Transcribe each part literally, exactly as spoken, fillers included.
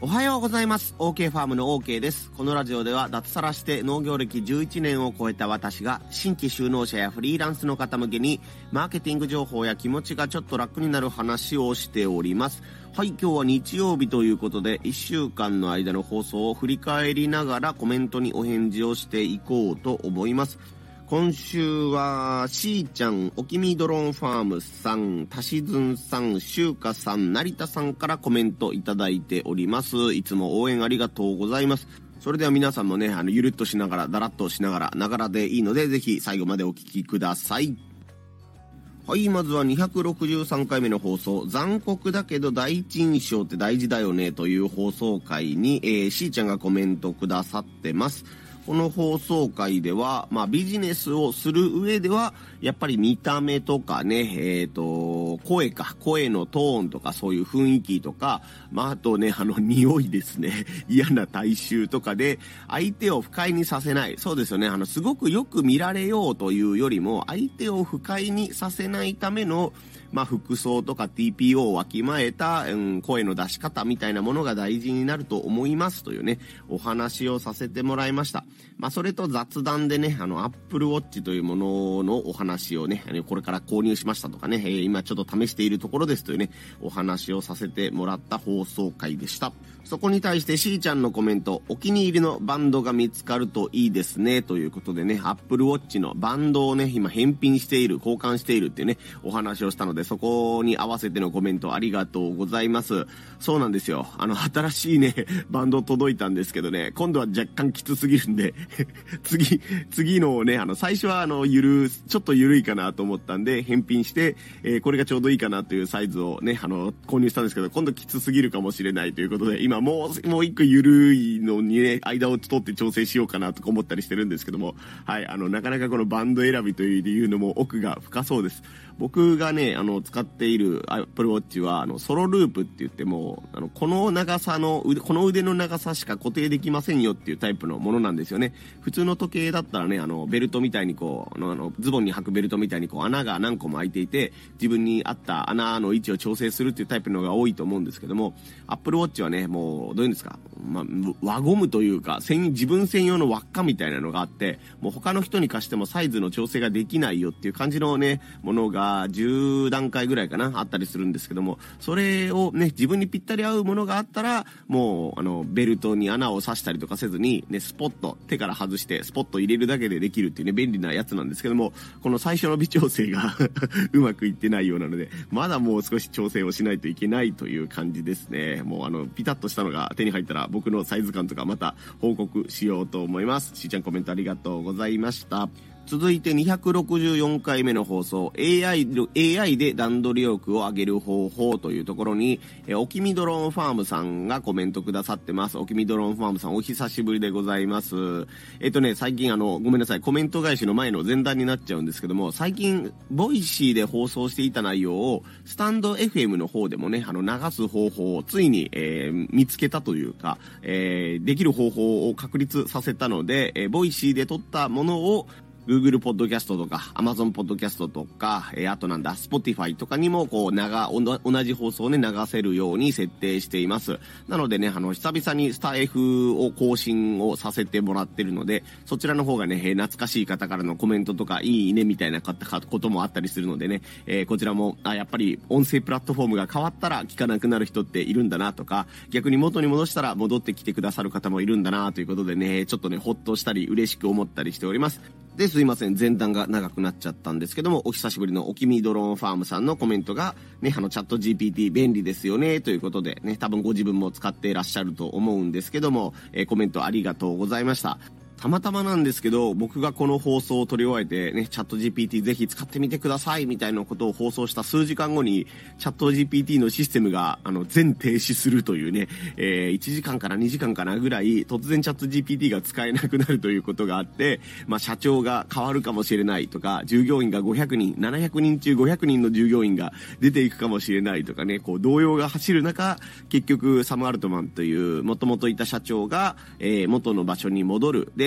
はようございます。 OK ファームの OK です。このラジオでは脱サラして農業歴じゅういちねんを超えた私が新規就農者やフリーランスの方向けにマーケティング情報や気持ちがちょっと楽になる話をしております。はい、今日は日曜日ということでいっしゅうかんの間の放送を振り返りながらコメントにお返事をしていこうと思います。今週はしーちゃん、おきみドローンファームさん、たしずんさん、しゅうかさん、成田さんからコメントいただいております。いつも応援ありがとうございます。それでは皆さんもね、あのゆるっとしながらだらっとしながらながらでいいので、ぜひ最後までお聞きください。はい、まずはにひゃくろくじゅうさんかいめの放送、残酷だけど第一印象って大事だよねという放送回に、えー、しーちゃんがコメントくださってます。この放送回では、まあ、ビジネスをする上ではやっぱり見た目とかね、えっと声か声のトーンとかそういう雰囲気とか、まあ、あとねあの匂いですね嫌な体臭とかで相手を不快にさせない。そうですよね。あのすごくよく見られようというよりも相手を不快にさせないためのまあ、服装とか ティーピーオー をわきまえた、うん、声の出し方みたいなものが大事になると思いますというね、お話をさせてもらいました。まあ、それと雑談でね、あの、Apple Watch というもののお話をね、これから購入しましたとかね、えー、今ちょっと試しているところですというね、お話をさせてもらった放送回でした。そこに対してしーちゃんのコメント、お気に入りのバンドが見つかるといいですね、ということでね、Apple Watch のバンドをね、今返品している、交換しているっていうね、お話をしたので、そこに合わせてのコメントありがとうございます。そうなんですよ。あの、新しいね、バンド届いたんですけどね、今度は若干きつすぎるんで、次、次のね、あの、最初はあの、ゆる、ちょっとゆるいかなと思ったんで、返品して、えー、これがちょうどいいかなというサイズをね、あの、購入したんですけど、今度きつすぎるかもしれないということで、今もう、もう一個ゆるいのにね、間を取って調整しようかなとか思ったりしてるんですけども、はい、あの、なかなかこのバンド選びというのも奥が深そうです。僕がね、あの、使っている Apple Watch は、あの、ソロループって言っても、あの、この長さの腕、この腕の長さしか固定できませんよっていうタイプのものなんですよね。普通の時計だったらね、あの、ベルトみたいにこう、あの、あのズボンに履くベルトみたいにこう、穴が何個も開いていて、自分に合った穴の位置を調整するっていうタイプのが多いと思うんですけども、Apple Watch はね、もう、どういうんですか、まあ、輪ゴムというか、自分専用の輪っかみたいなのがあって、もう他の人に貸してもサイズの調整ができないよっていう感じのね、ものが、じゅうだんかいぐらいかなあったりするんですけども、それをね自分にぴったり合うものがあったらもうあのベルトに穴を刺したりとかせずにね、スポッと手から外してスポッと入れるだけでできるっていうね便利なやつなんですけども、この最初の微調整がうまくいってないようなので、まだもう少し調整をしないといけないという感じですね。もうあのピタッとしたのが手に入ったら僕のサイズ感とかまた報告しようと思います。しーちゃんコメントありがとうございました。続いてにひゃくろくじゅうよんかいめの放送、 エーアイ, エーアイ で段取り力を上げる方法というところに、えおきみドローンファームさんがコメントくださってます。おきみドローンファームさん、お久しぶりでございます。えっとね最近あのごめんなさい、コメント返しの前の前段になっちゃうんですけども、最近ボイシーで放送していた内容をスタンド エフエム の方でもねあの流す方法をついに、えー、見つけたというか、えー、できる方法を確立させたので、えー、ボイシーで撮ったものをGoogle ポッドキャストとか Amazon ポッドキャストとか、えー、あとなんだ Spotify とかにもこう長同じ放送をね流せるように設定しています。なのでねあの久々にスタイフを更新をさせてもらってるので、そちらの方がね懐かしい方からのコメントとかいいねみたいなこともあったりするのでね、えー、こちらもあやっぱり音声プラットフォームが変わったら聞かなくなる人っているんだなとか、逆に元に戻したら戻ってきてくださる方もいるんだなということでね、ちょっとねほっとしたり嬉しく思ったりしております。ですいません、前段が長くなっちゃったんですけども、お久しぶりのおきみドローンファームさんのコメントがね、あのチャット ジーピーティー 便利ですよねということでね、多分ご自分も使っていらっしゃると思うんですけども、えー、コメントありがとうございました。たまたまなんですけど、僕がこの放送を撮り終えてね、チャット ジーピーティー ぜひ使ってみてくださいみたいなことを放送した数時間後に、チャット ジーピーティー のシステムがあの全停止するというね、えー、いちじかんからにじかんかなぐらい突然チャット ジーピーティー が使えなくなるということがあって、まあ社長が変わるかもしれないとか、従業員がごひゃくにん、ななひゃくにん中ごひゃくにんの従業員が出ていくかもしれないとかね、こう動揺が走る中、結局サム・アルトマンという元々いた社長が、えー、元の場所に戻る。で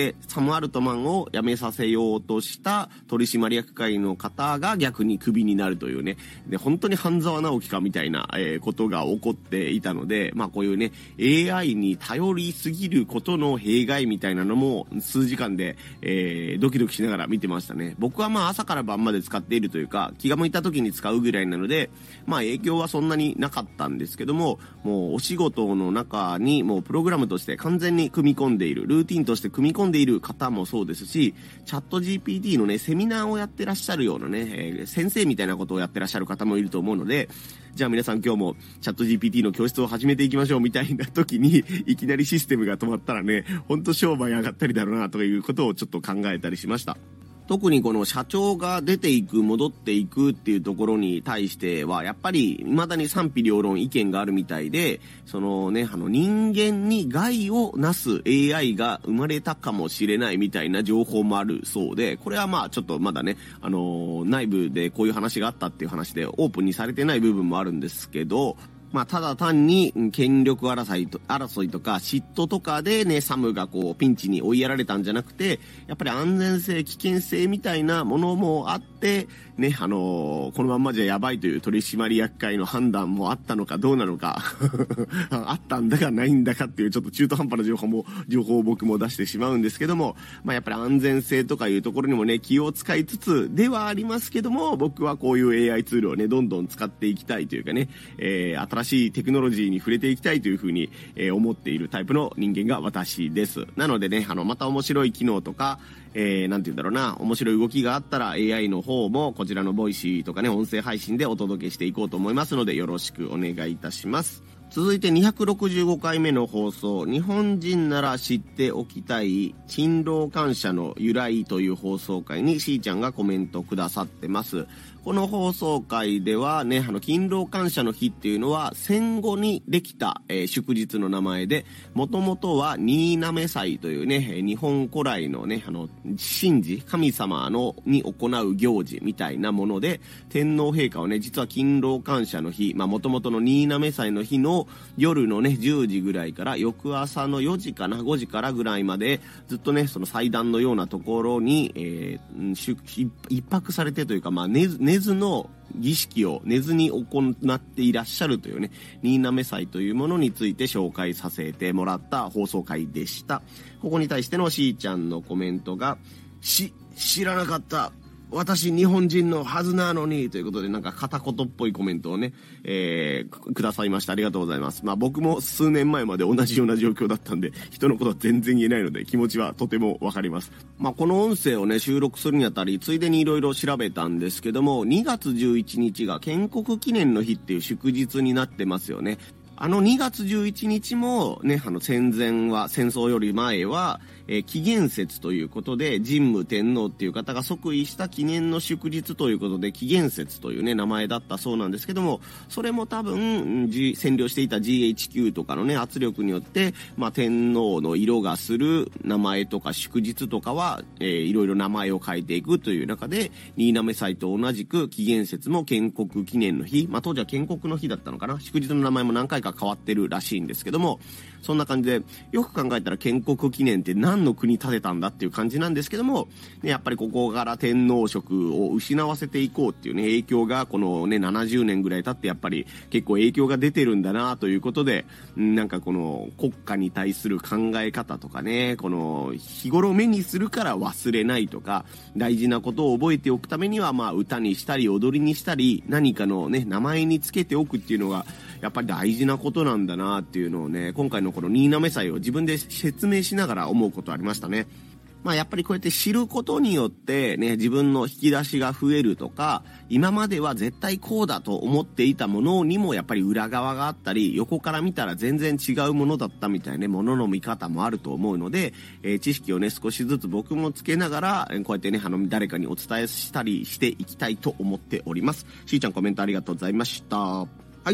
でサム・アルトマンを辞めさせようとした取締役会の方が逆にクビになるというね、で本当に半沢直樹かみたいな、えー、ことが起こっていたので、まあこういうね エーアイ に頼りすぎることの弊害みたいなのも数時間で、えー、ドキドキしながら見てましたね。僕はまあ朝から晩まで使っているというか、気が向いた時に使うぐらいなので、まあ影響はそんなになかったんですけども、もうお仕事の中にもうプログラムとして完全に組み込んでいる、ルーティンとして組み込んでいる方もそうですし、チャット ジーピーティー のねセミナーをやってらっしゃるようなね、えー、先生みたいなことをやってらっしゃる方もいると思うので、じゃあ皆さん今日もチャット ジーピーティー の教室を始めていきましょうみたいな時にいきなりシステムが止まったらね、ほんと商売上がったりだろうなということをちょっと考えたりしました。特にこの社長が出ていく、戻っていくっていうところに対しては、やっぱり未だに賛否両論意見があるみたいで、そのね、あの人間に害をなす エーアイ が生まれたかもしれないみたいな情報もあるそうで、これはまあちょっとまだね、あのー、内部でこういう話があったっていう話でオープンにされてない部分もあるんですけど、まあ、ただ単に権力争いと、争いとか嫉妬とかでね、サムがこうピンチに追いやられたんじゃなくて、やっぱり安全性、危険性みたいなものもあって、ね、あのー、このまんまじゃやばいという取締役会の判断もあったのかどうなのか、あったんだかないんだかっていうちょっと中途半端な情報も、情報を僕も出してしまうんですけども、まあ、やっぱり安全性とかいうところにもね、気を使いつつではありますけども、僕はこういう エーアイ ツールをね、どんどん使っていきたいというかね、えー、新しいテクノロジーに触れていきたいというふうに、えー、思っているタイプの人間が私です。なのでね、あの、また面白い機能とか、えー、なんて言うんだろうな、面白い動きがあったら エーアイ の方もこちらのボイシーとかね、音声配信でお届けしていこうと思いますので、よろしくお願いいたします。続いてにひゃくろくじゅうごかいめの放送、日本人なら知っておきたい勤労感謝の由来という放送回にしーちゃんがコメントくださってます。この放送回ではね、あの勤労感謝の日っていうのは戦後にできた、えー、祝日の名前で、もともとは新嘗祭というね、日本古来のね、あの神事、神様のに行う行事みたいなもので、天皇陛下はね、実は勤労感謝の日、まあもともとの新嘗祭の日の夜のねじゅうじぐらいから翌朝のよじかなごじからぐらいまでずっとね、その祭壇のようなところに、えー、一泊されてというか、まあ寝ず、寝ずの儀式を寝ずに行っていらっしゃるというね、新嘗祭というものについて紹介させてもらった放送回でした。ここに対してのしーちゃんのコメントが、し、知らなかった。私日本人のはずなのにということで、なんか片言っぽいコメントをね、えー、くださいました。ありがとうございます。まあ僕も数年前まで同じような状況だったんで、人のことは全然言えないので気持ちはとてもわかります。まあこの音声をね収録するにあたり、ついでにいろいろ調べたんですけども、にがつじゅういちにちが建国記念の日っていう祝日になってますよね。あのにがつじゅういちにちもね、あの戦前は、戦争より前は、えー、紀元節ということで、神武天皇っていう方が即位した記念の祝日ということで、紀元節というね、名前だったそうなんですけども、それも多分、G、占領していた ジーエイチキュー とかのね、圧力によって、まあ、天皇の色がする名前とか祝日とかは、えー、いろいろ名前を変えていくという中で、新嘗祭と同じく紀元節も建国記念の日、まあ、当時は建国の日だったのかな、祝日の名前も何回か変わってるらしいんですけども、そんな感じでよく考えたら建国記念って何の国建てたんだっていう感じなんですけども、ね、やっぱりここから天皇職を失わせていこうっていうね、影響がこのねななじゅうねんぐらい経ってやっぱり結構影響が出てるんだなということで、なんかこの国家に対する考え方とかね、この日頃目にするから忘れないとか、大事なことを覚えておくためにはまあ歌にしたり踊りにしたり何かのね名前につけておくっていうのがやっぱり大事なことなんだなっていうのをね、今回のこの新嘗祭を自分で説明しながら思うことありましたね。まあやっぱりこうやって知ることによってね、自分の引き出しが増えるとか、今までは絶対こうだと思っていたものにもやっぱり裏側があったり、横から見たら全然違うものだったみたいなね、ものの見方もあると思うので、えー、知識をね少しずつ僕もつけながら、こうやってね、あの誰かにお伝えしたりしていきたいと思っております。しーちゃんコメントありがとうございました。はい、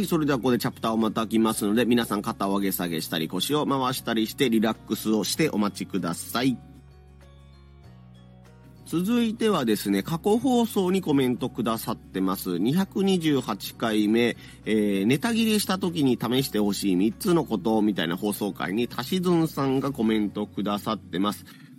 それではここでチャプターをまたきますので、皆さん肩を上げ下げしたり腰を回したりしてリラックスをしてお待ちください。続いてはですね、過去放送にコメントくださってます。にひゃくにじゅうはちかいめ、えー、ネタ切れした時に試してほしいみっつのことみたいな放送回に、たしずんさんがコメントくださってます。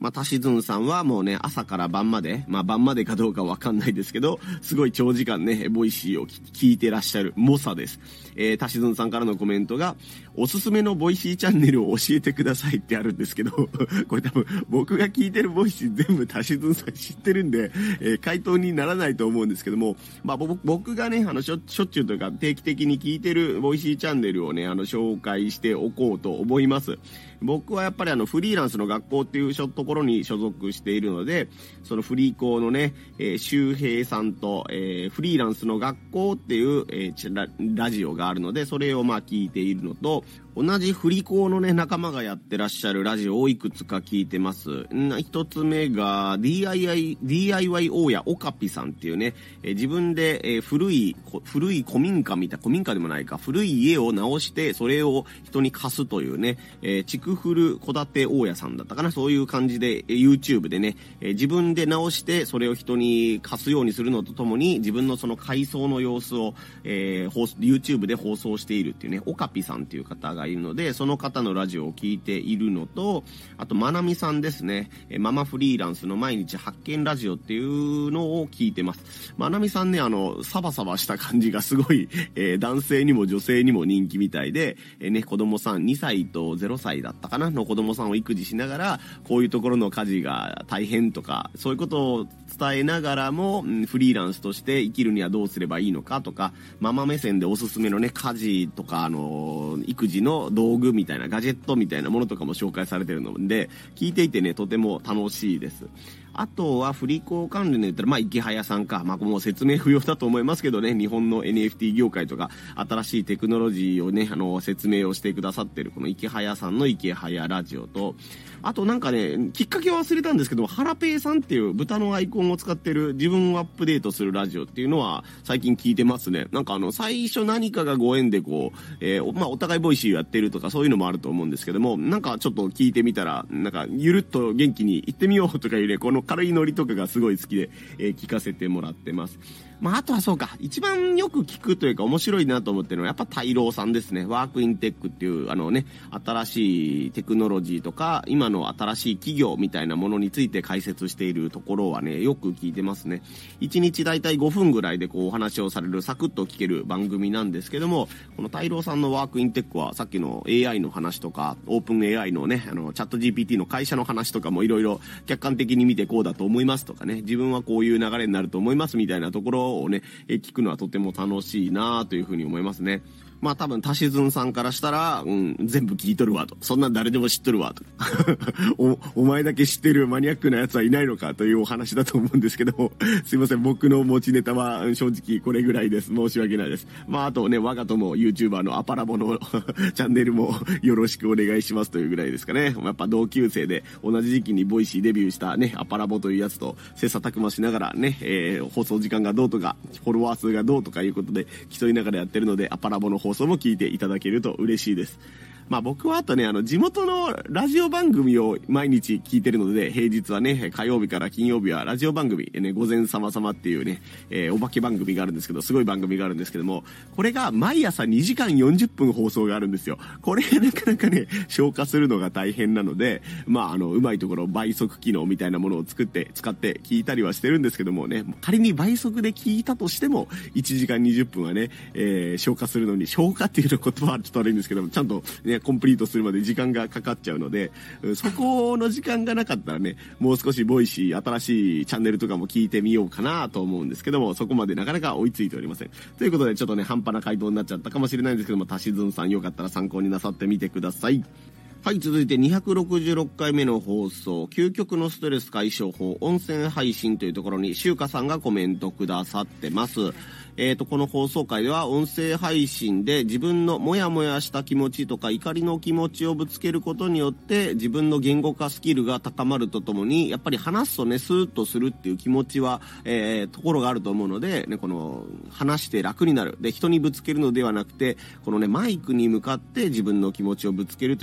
まあ、たしずんさんはもうね、朝から晩まで、まあ、晩までかどうかわかんないですけど、すごい長時間ね、ボイシーを聞いてらっしゃる猛者です。えー、たしずんさんからのコメントが、おすすめのボイシーチャンネルを教えてくださいってあるんですけど、これ多分僕が聞いてるボイシー全部たしずんさん知ってるんで、えー、回答にならないと思うんですけども、まあ、僕がね、あの、しょ、しょっちゅうというか定期的に聞いてるボイシーチャンネルをね、あの、紹介しておこうと思います。僕はやっぱりあのフリーランスの学校っていうところに所属しているので、そのフリー校のね、えー、周平さんと、えー、フリーランスの学校っていう、えー、ラ, ラジオがあるので、それをまあ聞いているのと、同じフリ校のね、仲間がやってらっしゃるラジオをいくつか聞いてます。一つ目が ディーアイワイ、ディーアイワイ 大家オカピさんっていうね、えー、自分で、えー、古い、古い古民家みたい、古民家でもないか、古い家を直して、それを人に貸すというね、えー、築古戸建て大家さんだったかな、そういう感じで、えー、YouTube でね、えー、自分で直して、それを人に貸すようにするのとともに、自分のその改装の様子を、えー、YouTube で放送しているっていうね、オカピさんっていう方ががいるので、その方のラジオを聞いているのと、あとまなみさんですね、ママフリーランスの毎日発見ラジオっていうのを聞いてます。まなみさんね、あのサバサバした感じがすごい、えー、男性にも女性にも人気みたいで、えー、ね、子供さんにさいとゼロさいだったかなの子供さんを育児しながら、こういうところの家事が大変とか、そういうことを伝えながらも、うん、フリーランスとして生きるにはどうすればいいのかとか、ママ目線でおすすめのね、家事とか、あのー、育児の道具みたいな、ガジェットみたいなものとかも紹介されてるので、聞いていてね、とても楽しいです。あとは、振り子関連で言ったら、まあ、池早さんか。まあ、もう説明不要だと思いますけどね、日本の エヌエフティー 業界とか、新しいテクノロジーをね、あの、説明をしてくださってる、この池早さんの池早ラジオと、あとなんかね、きっかけは忘れたんですけど、ハラペイさんっていう豚のアイコンを使ってる自分をアップデートするラジオっていうのは最近聞いてますね。なんかあの、最初何かがご縁でこう、えー、まあ、お互いボイシーやってるとかそういうのもあると思うんですけども、なんかちょっと聞いてみたら、なんかゆるっと元気に行ってみようとかいうね、この軽いノリとかがすごい好きで、えー、聞かせてもらってます。まあ、あとはそうか、一番よく聞くというか面白いなと思ってるのはやっぱ大郎さんですね。ワークインテックっていうあのね、新しいテクノロジーとか今の新しい企業みたいなものについて解説しているところはね、よく聞いてますね。いちにちだいたいごふんぐらいでこうお話をされるサクッと聞ける番組なんですけども、この大郎さんのワークインテックはさっきの エーアイ の話とか、オープン エーアイ のね、あのチャット ジーピーティー の会社の話とかもいろいろ客観的に見てこうだと思いますとかね、自分はこういう流れになると思いますみたいなところをね、聞くのはとても楽しいなというふうに思いますね。まあ多分、たしずんさんからしたら、うん、全部聞いとるわと。そんなん誰でも知っとるわと。お、お前だけ知ってるマニアックなやつはいないのかというお話だと思うんですけども、すいません、僕の持ちネタは正直これぐらいです。申し訳ないです。まああとね、我が友 YouTuber のアパラボのチャンネルもよろしくお願いしますというぐらいですかね。やっぱ同級生で同じ時期にボイシーデビューしたね、アパラボというやつと切磋琢磨しながらね、えー、放送時間がどうとか、フォロワー数がどうとかいうことで競いながらやってるので、アパラボの放送も聞いていただけると嬉しいです。まあ僕はあとね、あの地元のラジオ番組を毎日聞いてるので、平日はね、火曜日から金曜日はラジオ番組、ね、午前様様っていうね、えー、お化け番組があるんですけど、すごい番組があるんですけども、これが毎朝にじかんよんじゅっぷん放送があるんですよ。これなかなかね、消化するのが大変なので、まああの、うまいところ倍速機能みたいなものを作って、使って聞いたりはしてるんですけどもね、仮に倍速で聞いたとしても、いちじかんにじゅっぷんはね、えー、消化するのに、消化っていうの言葉はちょっと悪いんですけども、ちゃんとね、コンプリートするまで時間がかかっちゃうので、そこの時間がなかったらね、もう少しボイシー、新しいチャンネルとかも聞いてみようかなと思うんですけども、そこまでなかなか追いついておりません。ということで、ちょっとね、半端な回答になっちゃったかもしれないんですけども、たしずんさんよかったら参考になさってみてください。はい、続いてにひゃくろくじゅうろっかいめの放送、究極のストレス解消法、音声配信というところに、しゅうかさんがコメントくださってます。えーと、この放送回では音声配信で自分のモヤモヤした気持ちとか怒りの気持ちをぶつけることによって自分の言語化スキルが高まるとともに、やっぱり話すとね、スーッとするっていう気持ちは、えー、ところがあると思うので、ね、この話して楽になる。で、人にぶつけるのではなくて、このね、マイクに向かって自分の気持ちをぶつけるというのがなか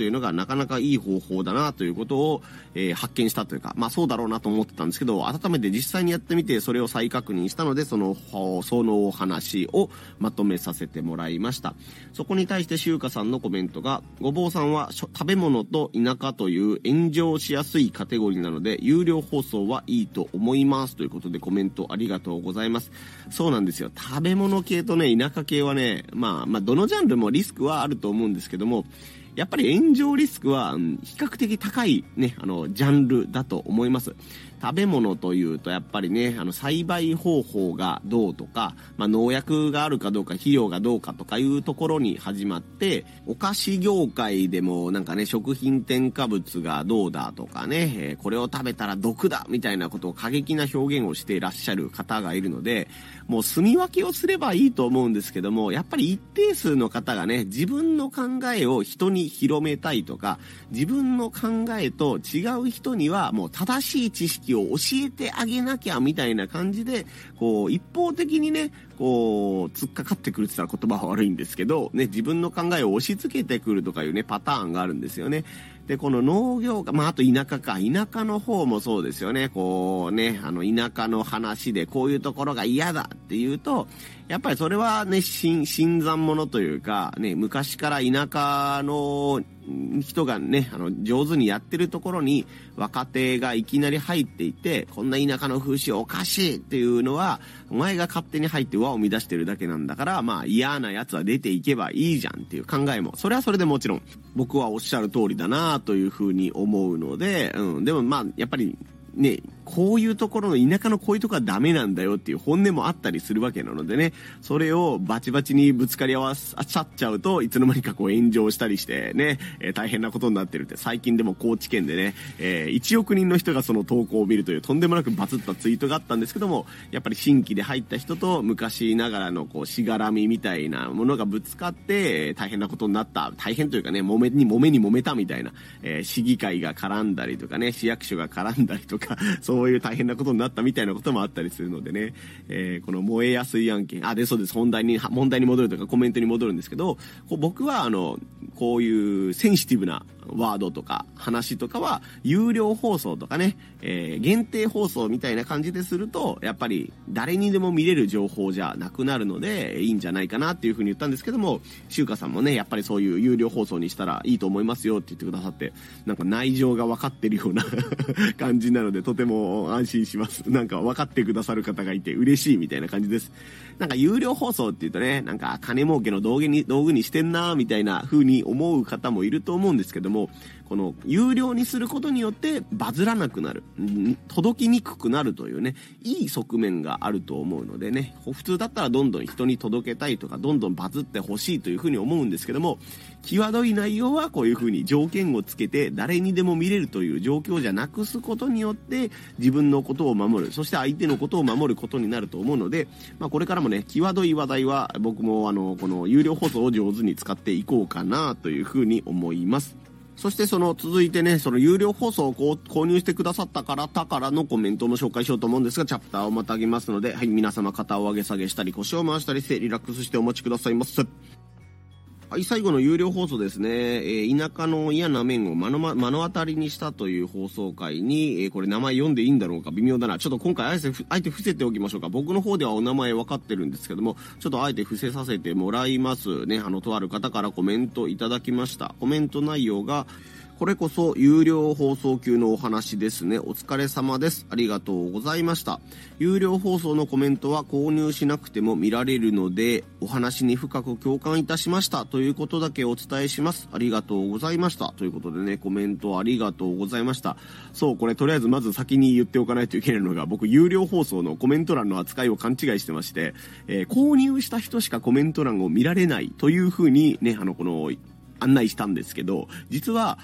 かなかいい方法だなということを、えー、発見したというか、まあそうだろうなと思ってたんですけど、改めて実際にやってみてそれを再確認したので、その、そのお話をまとめさせてもらいました。そこに対してしゅうかさんのコメントが、ごぼうさんは食べ物と田舎という炎上しやすいカテゴリーなので、有料放送はいいと思いますということでコメントありがとうございます。そうなんですよ。食べ物系とね、田舎系はね、まあ、まあ、どのジャンルもリスクはあると思うんですけども、やっぱり炎上リスクは、うん、比較的高いね、あの、ジャンルだと思います。食べ物というとやっぱりね、あの栽培方法がどうとか、まあ、農薬があるかどうか、肥料がどうかとかいうところに始まって、お菓子業界でもなんかね、食品添加物がどうだとかね、えー、これを食べたら毒だみたいなことを過激な表現をしていらっしゃる方がいるので、もう住み分けをすればいいと思うんですけども、やっぱり一定数の方がね、自分の考えを人に広めたいとか、自分の考えと違う人にはもう正しい知識を教えてあげなきゃみたいな感じで、こう一方的にね、こう突っかかってくるって言ったら言葉は悪いんですけどね、自分の考えを押し付けてくるとかいうねパターンがあるんですよね。でこの農業が、まああと田舎か、田舎の方もそうですよね。こうね、あの田舎の話でこういうところが嫌だっていうと、やっぱりそれはね、新新参者というかね、昔から田舎の人がね、あの上手にやってるところに若手がいきなり入っていて、こんな田舎の風習おかしいっていうのは、お前が勝手に入って輪を乱してるだけなんだから、まあ嫌なやつは出ていけばいいじゃんっていう考えも、それはそれでもちろん僕はおっしゃる通りだなというふうに思うので、うん、でもまあやっぱりね、こういうところの田舎のこういうところはダメなんだよっていう本音もあったりするわけなのでね、それをバチバチにぶつかり合わさっちゃうといつの間にかこう炎上したりしてね、えー、大変なことになってるって、最近でも高知県でね、えー、いちおく人の人がその投稿を見るというとんでもなくバズったツイートがあったんですけども、やっぱり新規で入った人と昔ながらのこうしがらみみたいなものがぶつかって大変なことになった、大変というかね、揉めに揉めに揉めたみたいな、えー、市議会が絡んだりとかね、市役所が絡んだりとかそうそういう大変なことになったみたいなこともあったりするのでね、えー、この燃えやすい案件、あ、で、そうです、本題に、問題に戻るというかコメントに戻るんですけど、こう僕はあの、こういうセンシティブなワードとか話とかは有料放送とかね、えー、限定放送みたいな感じですると、やっぱり誰にでも見れる情報じゃなくなるのでいいんじゃないかなっていうふうに言ったんですけども、しゅうかさんもね、やっぱりそういう有料放送にしたらいいと思いますよって言ってくださって、なんか内情が分かってるような感じなのでとても安心します。なんか分かってくださる方がいて嬉しいみたいな感じです。なんか有料放送って言うとね、なんか金儲けの道具に道具にしてんなみたいな風に思う方もいると思うんですけども、この有料にすることによってバズらなくなる、届きにくくなるというね、いい側面があると思うのでね、普通だったらどんどん人に届けたいとか、どんどんバズってほしいという風に思うんですけども、際どい内容はこういう風に条件をつけて誰にでも見れるという状況じゃなくすことによって自分のことを守る、そして相手のことを守ることになると思うので、まあこれからもね、際どい話題は僕もあのこの有料放送を上手に使っていこうかなという風に思います。そしてその続いてね、その有料放送をこう購入してくださった方からのコメントも紹介しようと思うんですが、チャプターをまたぎますので、はい、皆様肩を上げ下げしたり腰を回したりしてリラックスしてお待ちくださいませ。はい、最後の有料放送ですね、えー、田舎の嫌な面を目の、ま、目の当たりにしたという放送回に、えー、これ名前読んでいいんだろうか微妙だな。ちょっと今回あえて、あえて伏せておきましょうか。僕の方ではお名前分かってるんですけども、ちょっとあえて伏せさせてもらいますね。あの、とある方からコメントいただきました。コメント内容が、これこそ有料放送級のお話ですね。お疲れ様です。ありがとうございました。有料放送のコメントは購入しなくても見られるので、お話に深く共感いたしましたということだけお伝えします。ありがとうございました。ということでね、コメントありがとうございました。そう、これとりあえずまず先に言っておかないといけないのが、僕有料放送のコメント欄の扱いを勘違いしてまして、えー、購入した人しかコメント欄を見られないというふうにね、あの、この案内したんですけど、実は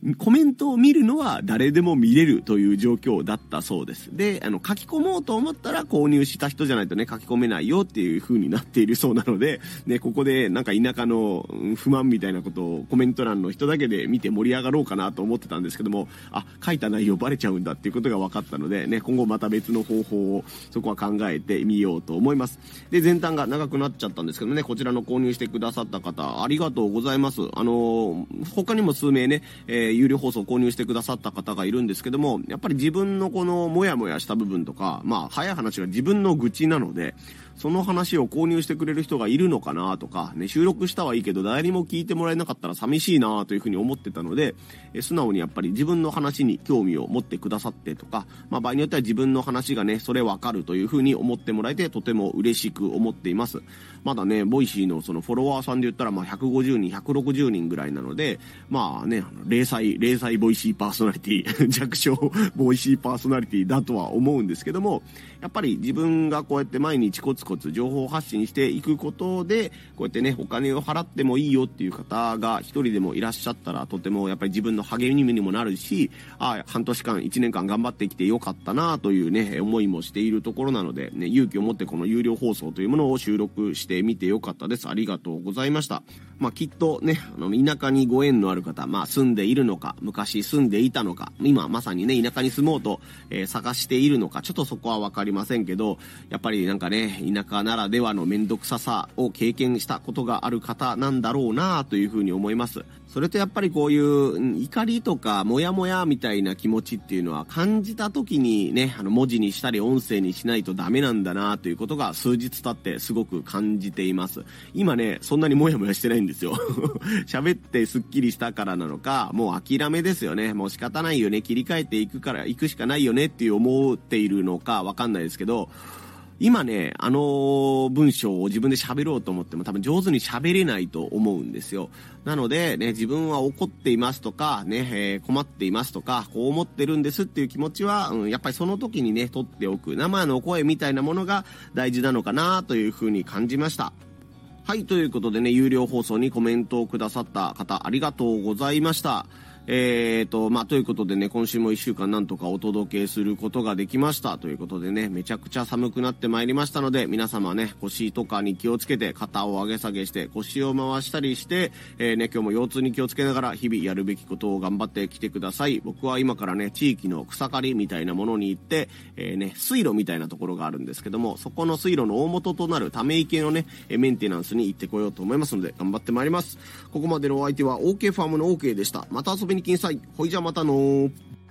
コメントを見るのは誰でも見れるという状況だったそうです。で、あの、書き込もうと思ったら購入した人じゃないとね、書き込めないよっていう風になっているそうなので、ね、ここでなんか田舎の不満みたいなことをコメント欄の人だけで見て盛り上がろうかなと思ってたんですけども、あ、書いた内容バレちゃうんだっていうことが分かったので、ね、今後また別の方法をそこは考えてみようと思います。で、前段が長くなっちゃったんですけどね、こちらの購入してくださった方、ありがとうございます。あのー、他にも数名ね、えー、有料放送購入してくださった方がいるんですけども、やっぱり自分のこのモヤモヤした部分とか、まあ早い話は自分の愚痴なので、その話を購入してくれる人がいるのかなとか、ね、収録したはいいけど誰にも聞いてもらえなかったら寂しいなというふうに思ってたので、え素直にやっぱり自分の話に興味を持ってくださってとか、まあ場合によっては自分の話がね、それわかるというふうに思ってもらえてとても嬉しく思っています。まだね、ボイシーのそのフォロワーさんで言ったらまあひゃくごじゅうにん、ひゃくろくじゅうにんぐらいなので、まあね、零細、零細ボイシーパーソナリティ、弱小ボイシーパーソナリティだとは思うんですけども、やっぱり自分がこうやって毎日コツコツ情報発信していくことで、こうやってね、お金を払ってもいいよっていう方が一人でもいらっしゃったら、とてもやっぱり自分の励みにもなるし、ああ、半年間、一年間頑張ってきてよかったなというね、思いもしているところなので、ね、勇気を持ってこの有料放送というものを収録してみてよかったです。ありがとうございました。まあきっとね、あの、田舎にご縁のある方、まあ住んでいるのか、昔住んでいたのか、今まさにね、田舎に住もうと、えー、探しているのか、ちょっとそこはわかりませんけど、やっぱりなんかね、田舎ならではのめんどくささを経験したことがある方なんだろうなというふうに思います。それとやっぱりこういう怒りとかモヤモヤみたいな気持ちっていうのは感じた時にね、あの文字にしたり音声にしないとダメなんだなということが数日経ってすごく感じています。今ね、そんなにモヤモヤしてないんですよ。喋ってスッキリしたからなのか、もう諦めですよね。もう仕方ないよね。切り替えていくから行くしかないよねっていう思っているのかわかんないですけど、今ね、あの文章を自分で喋ろうと思っても多分上手に喋れないと思うんですよ。なのでね、自分は怒っていますとか、ね、えー、困っていますとか、こう思ってるんですっていう気持ちは、うん、やっぱりその時にね、取っておく生の声みたいなものが大事なのかなというふうに感じました。はい、ということでね、有料放送にコメントをくださった方、ありがとうございました。えーと、まあ、ということでね、今週も一週間なんとかお届けすることができましたということでね、めちゃくちゃ寒くなってまいりましたので、皆様ね、腰とかに気をつけて、肩を上げ下げして、腰を回したりして、えーね、今日も腰痛に気をつけながら、日々やるべきことを頑張ってきてください。僕は今からね、地域の草刈りみたいなものに行って、えーね、水路みたいなところがあるんですけども、そこの水路の大元となるため池のね、メンテナンスに行ってこようと思いますので、頑張ってまいります。ここまでのお相手は OK ファームの OK でした。また遊びに来なさい。ほいじゃまたのー。